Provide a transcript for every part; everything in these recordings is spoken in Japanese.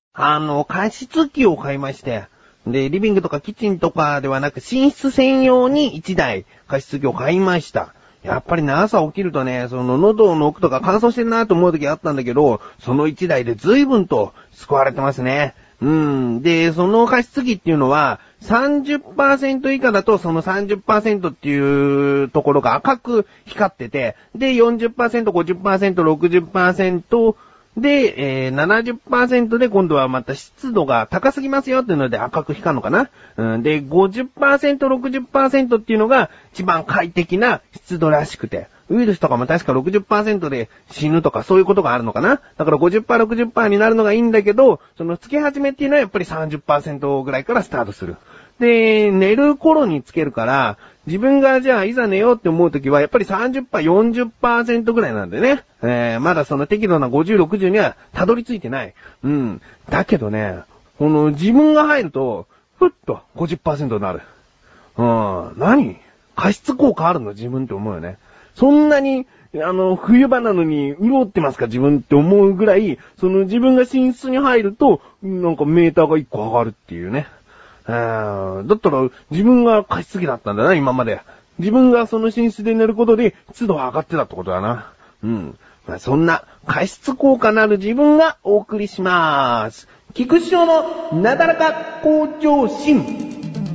加湿器を買いまして。で、リビングとかキッチンとかではなく、寝室専用に1台加湿器を買いました。やっぱりね、朝起きるとね、その喉の奥とか乾燥してるなと思う時あったんだけど、その1台で随分と救われてますね。で、その加湿器っていうのは、30% 以下だとその 30% っていうところが赤く光ってて、で、40%、50%、60%、で、70% で今度はまた湿度が高すぎますよっていうので赤く光るのかな。で、50%、60% っていうのが一番快適な湿度らしくて。ウイルスとかも確か 60% で死ぬとかそういうことがあるのかな。だから 50%、60% になるのがいいんだけど、その付け始めっていうのはやっぱり 30% ぐらいからスタートする。で、寝る頃につけるから、自分がじゃあいざ寝ようって思うときはやっぱり 30%、40% ぐらいなんでね。まだその適度な50、60にはたどり着いてない。だけどね、この自分が入ると、ふっと 50% になる。何？加湿効果あるの自分って思うよね。そんなに、冬場なのに潤ってますか自分って思うぐらい、その自分が寝室に入ると、なんかメーターが1個上がるっていうね。だったら自分が加湿器だったんだな、今まで。自分がその寝室で寝ることで湿度が上がってたってことだな。そんな加湿効果のある自分がお送りします。菊師匠のなだらか向上心。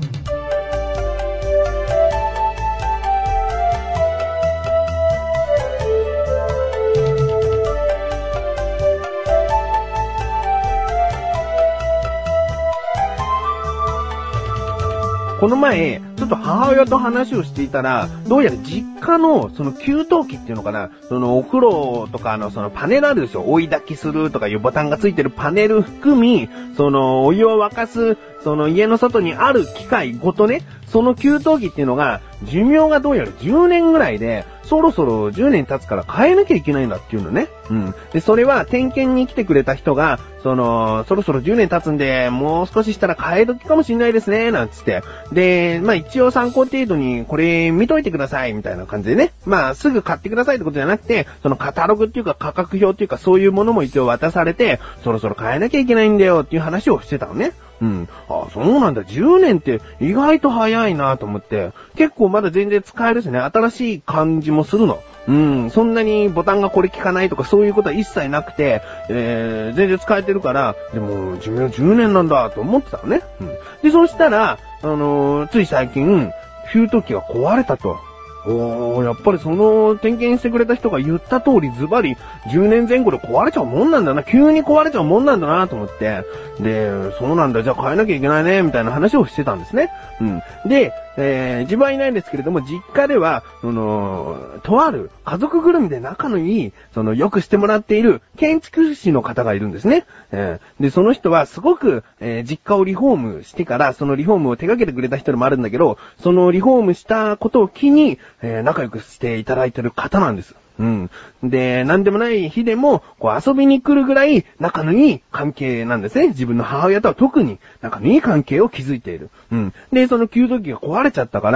この前、ちょっと母親と話をしていたら、どうやら実家のその給湯器っていうのかな、そのお風呂とかのそのパネルあるでしょ、追い焚きするとかいうボタンがついてるパネル含み、そのお湯を沸かす、その家の外にある機械ごとね、その給湯器っていうのが、寿命がどうやら10年ぐらいで、そろそろ10年経つから変えなきゃいけないんだっていうのね。で、それは点検に来てくれた人が、そろそろ10年経つんで、もう少ししたら変え時かもしんないですね、なんつって。で、一応参考程度にこれ見といてください、みたいな感じでね。すぐ買ってくださいってことじゃなくて、そのカタログっていうか価格表っていうかそういうものも一応渡されて、そろそろ変えなきゃいけないんだよっていう話をしてたのね。そうなんだ。10年って意外と早いなと思って。結構まだ全然使えるしね。新しい感じもするの。そんなにボタンがこれ効かないとかそういうことは一切なくて、全然使えてるから、でも寿命10年なんだと思ってたのね。で、そうしたら、つい最近、給湯器が壊れたと。やっぱりその点検してくれた人が言った通りズバリ10年前後で壊れちゃうもんなんだな、急に壊れちゃうもんなんだなと思って、で、そうなんだ、じゃあ変えなきゃいけないね、みたいな話をしてたんですね。で、自分はいないんですけれども、実家では、とある家族ぐるみで仲のいい、よくしてもらっている建築士の方がいるんですね。で、その人はすごく、実家をリフォームしてから、そのリフォームを手掛けてくれた人でもあるんだけど、そのリフォームしたことを機に、仲良くしていただいている方なんです。で、なんでもない日でも、遊びに来るぐらい仲のいい関係なんですね。自分の母親とは特に仲のいい関係を築いている。で、その給湯器が壊れちゃったから、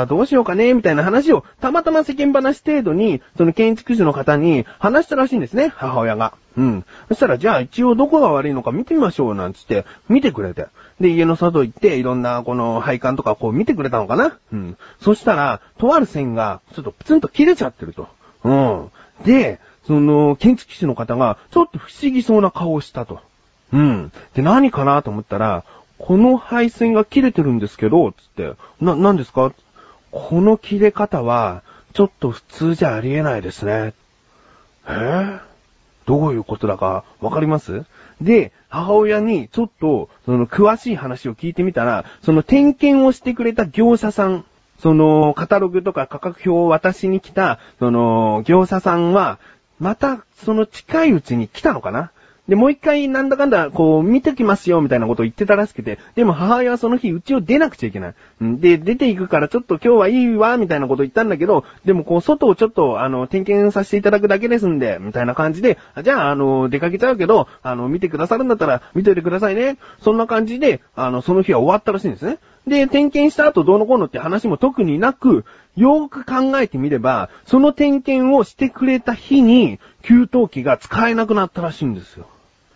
どうしようかね、みたいな話を、たまたま世間話程度に、その建築士の方に話したらしいんですね、母親が。そしたら、じゃあ一応どこが悪いのか見てみましょう、なんつって、見てくれて。で、家の外行って、いろんなこの配管とか見てくれたのかな。そしたら、とある線が、ちょっとプツンと切れちゃってると。で、その、建築士の方が、ちょっと不思議そうな顔をしたと。で、何かなと思ったら、この配線が切れてるんですけど、つって、何ですか？この切れ方は、ちょっと普通じゃありえないですね。どういうことだかわかります？で、母親にちょっと、詳しい話を聞いてみたら、その点検をしてくれた業者さん、カタログとか価格表を渡しに来た、業者さんは、また、近いうちに来たのかな？で、もう一回なんだかんだ、見てきますよ、みたいなことを言ってたらしくて、でも母親はその日、家を出なくちゃいけない。で、出ていくからちょっと今日はいいわ、みたいなことを言ったんだけど、でも外をちょっと、点検させていただくだけですんで、みたいな感じで、じゃあ、出かけちゃうけど、見てくださるんだったら、見ておいてくださいね。そんな感じで、その日は終わったらしいんですね。で、点検した後どうのこうのって話も特になく、よーく考えてみれば、その点検をしてくれた日に、給湯器が使えなくなったらしいんですよ。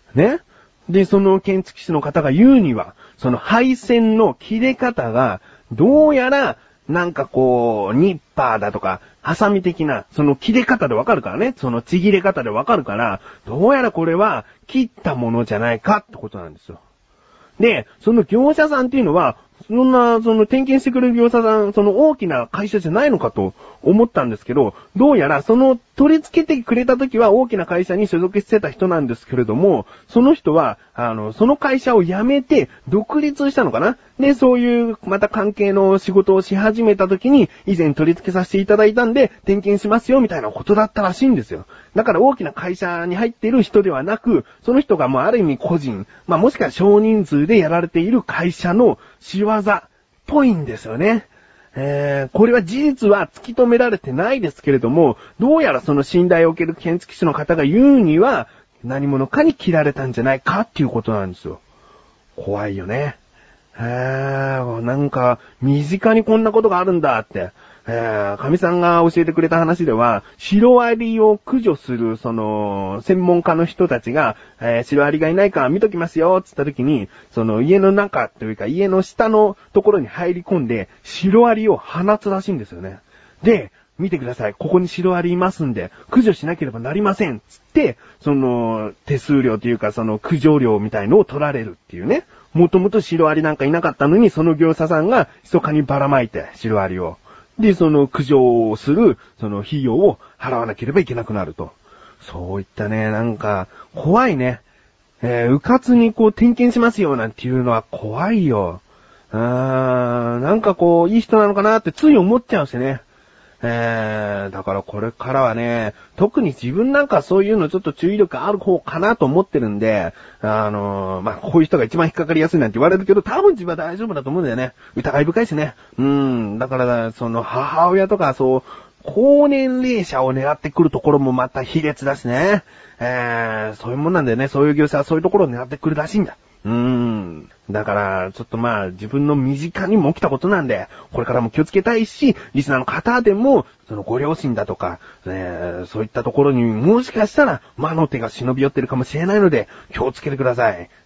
ね。で、その建築士の方が言うには、その配線の切れ方が、どうやら、なんかこう、ニッパーだとか、ハサミ的な、その切れ方でわかるからね。そのちぎれ方でわかるから、どうやらこれは切ったものじゃないかってことなんですよ。で、その業者さんっていうのは、その点検してくれる業者さん、その大きな会社じゃないのかと思ったんですけど、どうやらその取り付けてくれた時は大きな会社に所属してた人なんですけれども、その人は、その会社を辞めて独立したのかな？で、そういうまた関係の仕事をし始めた時に、以前取り付けさせていただいたんで、点検しますよみたいなことだったらしいんですよ。だから大きな会社に入っている人ではなく、その人がもうある意味個人、もしくは少人数でやられている会社の仕業っぽいんですよね。これは事実は突き止められてないですけれども、どうやらその信頼を受ける建築士の方が言うには、何者かに切られたんじゃないかっていうことなんですよ。怖いよね。なんか、身近にこんなことがあるんだって。神さんが教えてくれた話では、シロアリを駆除する、専門家の人たちが、シロアリがいないか見ときますよ、つった時に、家の中というか、家の下のところに入り込んで、シロアリを放つらしいんですよね。で、見てください。ここにシロアリいますんで、駆除しなければなりません。つって、手数料というか、駆除料みたいのを取られるっていうね。もともとシロアリなんかいなかったのに、その業者さんが密かにばらまいて、シロアリを。で、駆除をする、費用を払わなければいけなくなると。そういったね、なんか、怖いね。うかつに点検しますよなんていうのは怖いよ。なんかいい人なのかなってつい思っちゃうしね。だからこれからはね、特に自分なんかそういうのちょっと注意力ある方かなと思ってるんで、こういう人が一番引っかかりやすいなんて言われるけど、多分自分は大丈夫だと思うんだよね。疑い深いしね。だから、母親とか高年齢者を狙ってくるところもまた卑劣だしね。そういうもんなんだよね。そういう業者はそういうところを狙ってくるらしいんだ。だから、ちょっと自分の身近にも起きたことなんで、これからも気をつけたいし、リスナーの方でも、ご両親だとか、そういったところにもしかしたら、魔の手が忍び寄ってるかもしれないので、気をつけてください。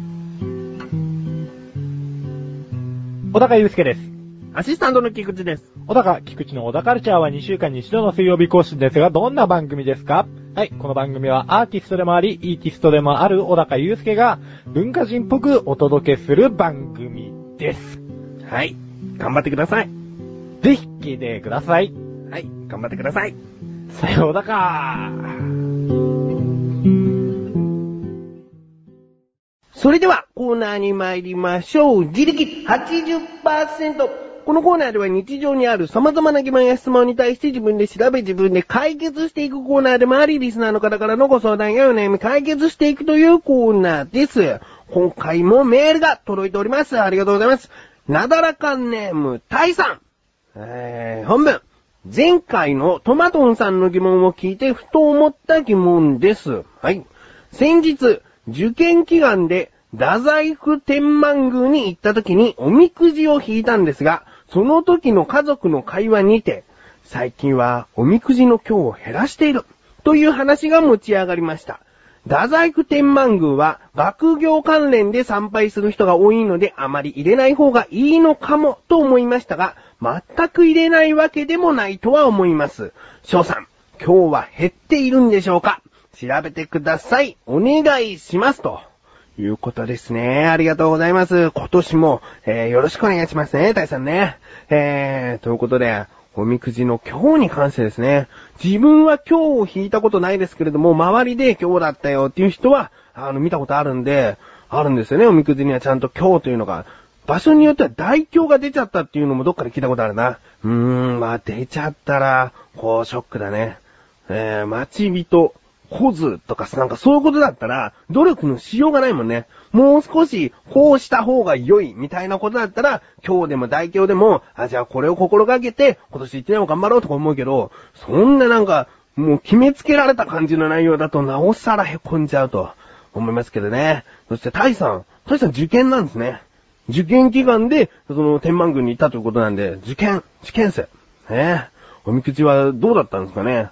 小高祐介です。 アシスタントの菊池です。 小高、菊池の小高カルチャーは2週間に1度の水曜日更新ですが、どんな番組ですか？はい、この番組はアーティストでもあり、イーティストでもある小高祐介が文化人っぽくお届けする番組です。 はい、頑張ってください。 ぜひ聞いてください。 はい、頑張ってください。 さようだか。 それではコーナーに参りましょう。自力 80%。このコーナーでは日常にある様々な疑問や質問に対して自分で調べ自分で解決していくコーナーでもあり、リスナーの方からのご相談やお悩み解決していくというコーナーです。今回もメールが届いております。ありがとうございます。なだらかネーム、タイさん。本文。前回のトマトンさんの疑問を聞いてふと思った疑問です。はい。先日、受験祈願で太宰府天満宮に行った時におみくじを引いたんですが、その時の家族の会話にて、最近はおみくじの今日を減らしているという話が持ち上がりました。太宰府天満宮は学業関連で参拝する人が多いのであまり入れない方がいいのかもと思いましたが、全く入れないわけでもないとは思います。翔さん、今日は減っているんでしょうか？調べてください。お願いしますと。いうことですね。ありがとうございます。今年も、よろしくお願いしますね、大さんね。ということで、おみくじの今日に関してですね。自分は今日を引いたことないですけれども、周りで今日だったよっていう人は、見たことあるんで、あるんですよね。おみくじにはちゃんと今日というのが。場所によっては大凶が出ちゃったっていうのもどっかで聞いたことあるな。出ちゃったら、ショックだね。待ち人。小図とかなんかそういうことだったら、努力のしようがないもんね。もう少し、こうした方が良い、みたいなことだったら、今日でも大凶でも、じゃあこれを心がけて、今年一年も頑張ろうとか思うけど、そんななんか、もう決めつけられた感じの内容だと、なおさら凹んじゃうと、思いますけどね。そして、タイさん受験なんですね。受験祈願で、天満宮に行ったということなんで、受験生。おみくじはどうだったんですかね。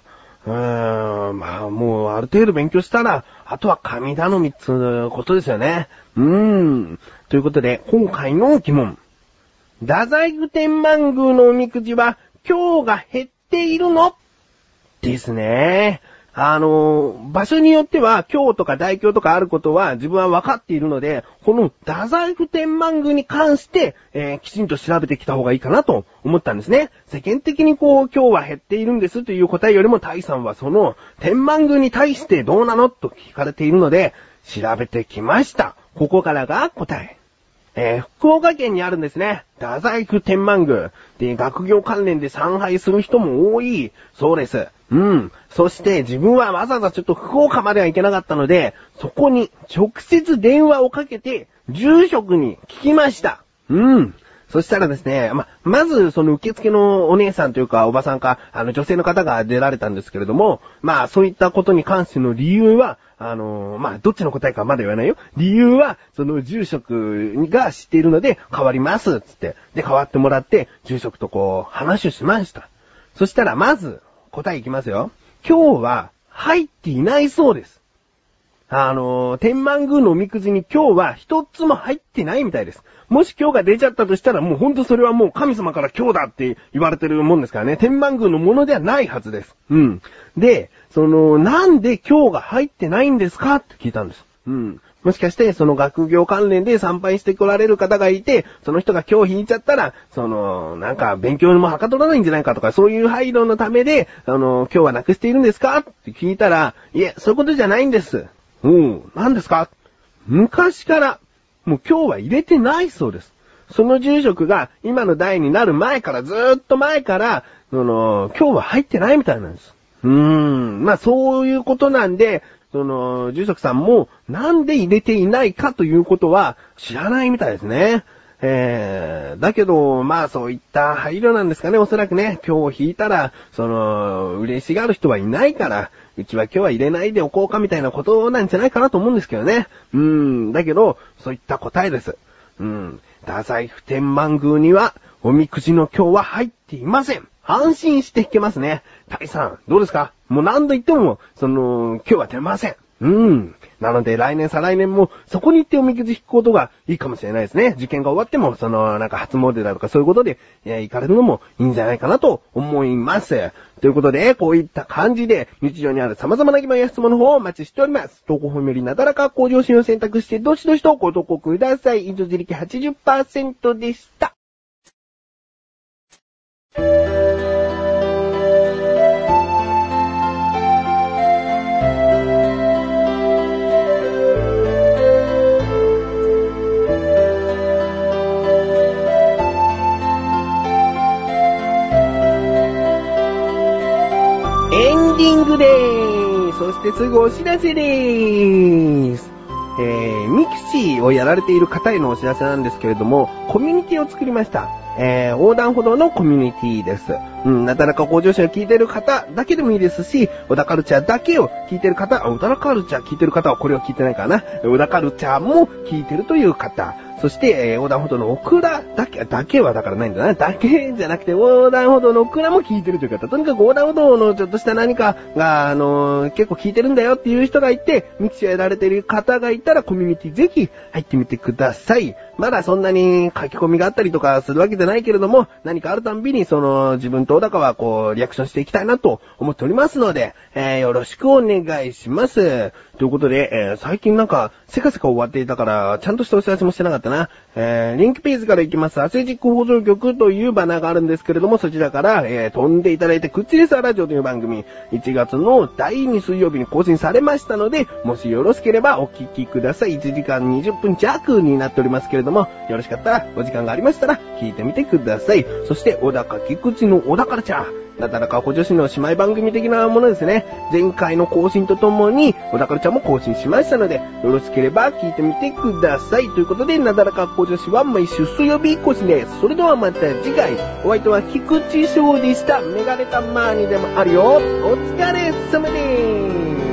まあもうある程度勉強したら、あとは神頼みってことですよね。ということで、今回の疑問。太宰府天満宮のおみくじは、今日が減っているの？ですね。場所によっては、今日とか大凶とかあることは自分は分かっているので、この太宰府天満宮に関して、きちんと調べてきた方がいいかなと思ったんですね。世間的に今日は減っているんですという答えよりも、タイさんはその天満宮に対してどうなのと聞かれているので、調べてきました。ここからが答え。福岡県にあるんですね。太宰府天満宮。で、学業関連で参拝する人も多い。そうです。そして自分はわざわざちょっと福岡までは行けなかったので、そこに直接電話をかけて、住職に聞きました。そしたらですね、まずその受付のお姉さんというかおばさんか、女性の方が出られたんですけれども、そういったことに関しての理由は、どっちの答えかまだ言わないよ。理由は、その住職が知っているので、変わります、つって。で、変わってもらって、住職と話をしました。そしたら、まず、答えいきますよ。今日は、入っていないそうです。天満宮のおみくじに今日は一つも入ってないみたいです。もし今日が出ちゃったとしたらもうほんとそれはもう神様から今日だって言われてるもんですからね。天満宮のものではないはずです。で、なんで今日が入ってないんですかって聞いたんです。もしかしてその学業関連で参拝して来られる方がいて、その人が今日引いちゃったら、勉強もはかどらないんじゃないかとか、そういう配慮のためで、今日はなくしているんですかって聞いたら、いえ、そういうことじゃないんです。何ですか？昔から、もう今日は入れてないそうです。その住職が今の代になる前から、ずーっと前から、今日は入ってないみたいなんです。そういうことなんで、住職さんもなんで入れていないかということは知らないみたいですね。だけど、そういった配慮なんですかね、おそらくね。今日引いたら、嬉しがる人はいないから、うちは今日は入れないでおこうかみたいなことなんじゃないかなと思うんですけどね。だけど、そういった答えです。太宰府天満宮には、おみくじの今日は入っていません。安心して引けますね。タイさん、どうですか？もう何度言っても、今日は出ません。なので来年再来年もそこに行っておみくじ引くことがいいかもしれないですね。受験が終わっても、初詣だとかそういうことで、行かれるのもいいんじゃないかなと思います。ということで、こういった感じで、日常にある様々な疑問や質問の方をお待ちしております。投稿本よりなだらか向上心を選択して、どしどしとご投稿ください。以上、自力 80% でした。エンディングでーす。そしてすぐお知らせでーす。ミクシーをやられている方へのお知らせなんですけれども、コミュニティを作りました。横断歩道のコミュニティです。なだらか向上心を聞いている方だけでもいいですし、小田カルチャーだけを聞いている方、小田カルチャー聞いている方はこれを聞いてないかな。小田カルチャーも聞いているという方。そして、横断歩道のオクラだけはだからないんだな。だけじゃなくて、横断歩道のオクラも聞いてるという方。とにかく横断歩道のちょっとした何かが、結構聞いてるんだよっていう人がいて、ミクシーをやられている方がいたら、コミュニティぜひ入ってみてください。まだそんなに書き込みがあったりとかするわけじゃないけれども、何かあるたんびに自分と小高はリアクションしていきたいなと思っておりますので、よろしくお願いします。ということで、最近せかせか終わっていたから、ちゃんとしたお知らせもしてなかったな。リンクページから行きます、アスレチック放送局というバナーがあるんですけれども、そちらから、飛んでいただいて、クッチレサーラジオという番組、1月の第2水曜日に更新されましたので、もしよろしければお聞きください。1時間20分弱になっておりますけれども、よろしかったら、お時間がありましたら、聞いてみてください。そして、小高菊池の小高カルチャー。なだらか女子の姉妹番組的なものですね。前回の更新とともに、小田カルチャーも更新しましたので、よろしければ聞いてみてください。ということで、なだらか女子は毎週水曜日更新です。それではまた次回、お相手は菊池翔でした。メガネたまーにでもあるよ。お疲れ様です。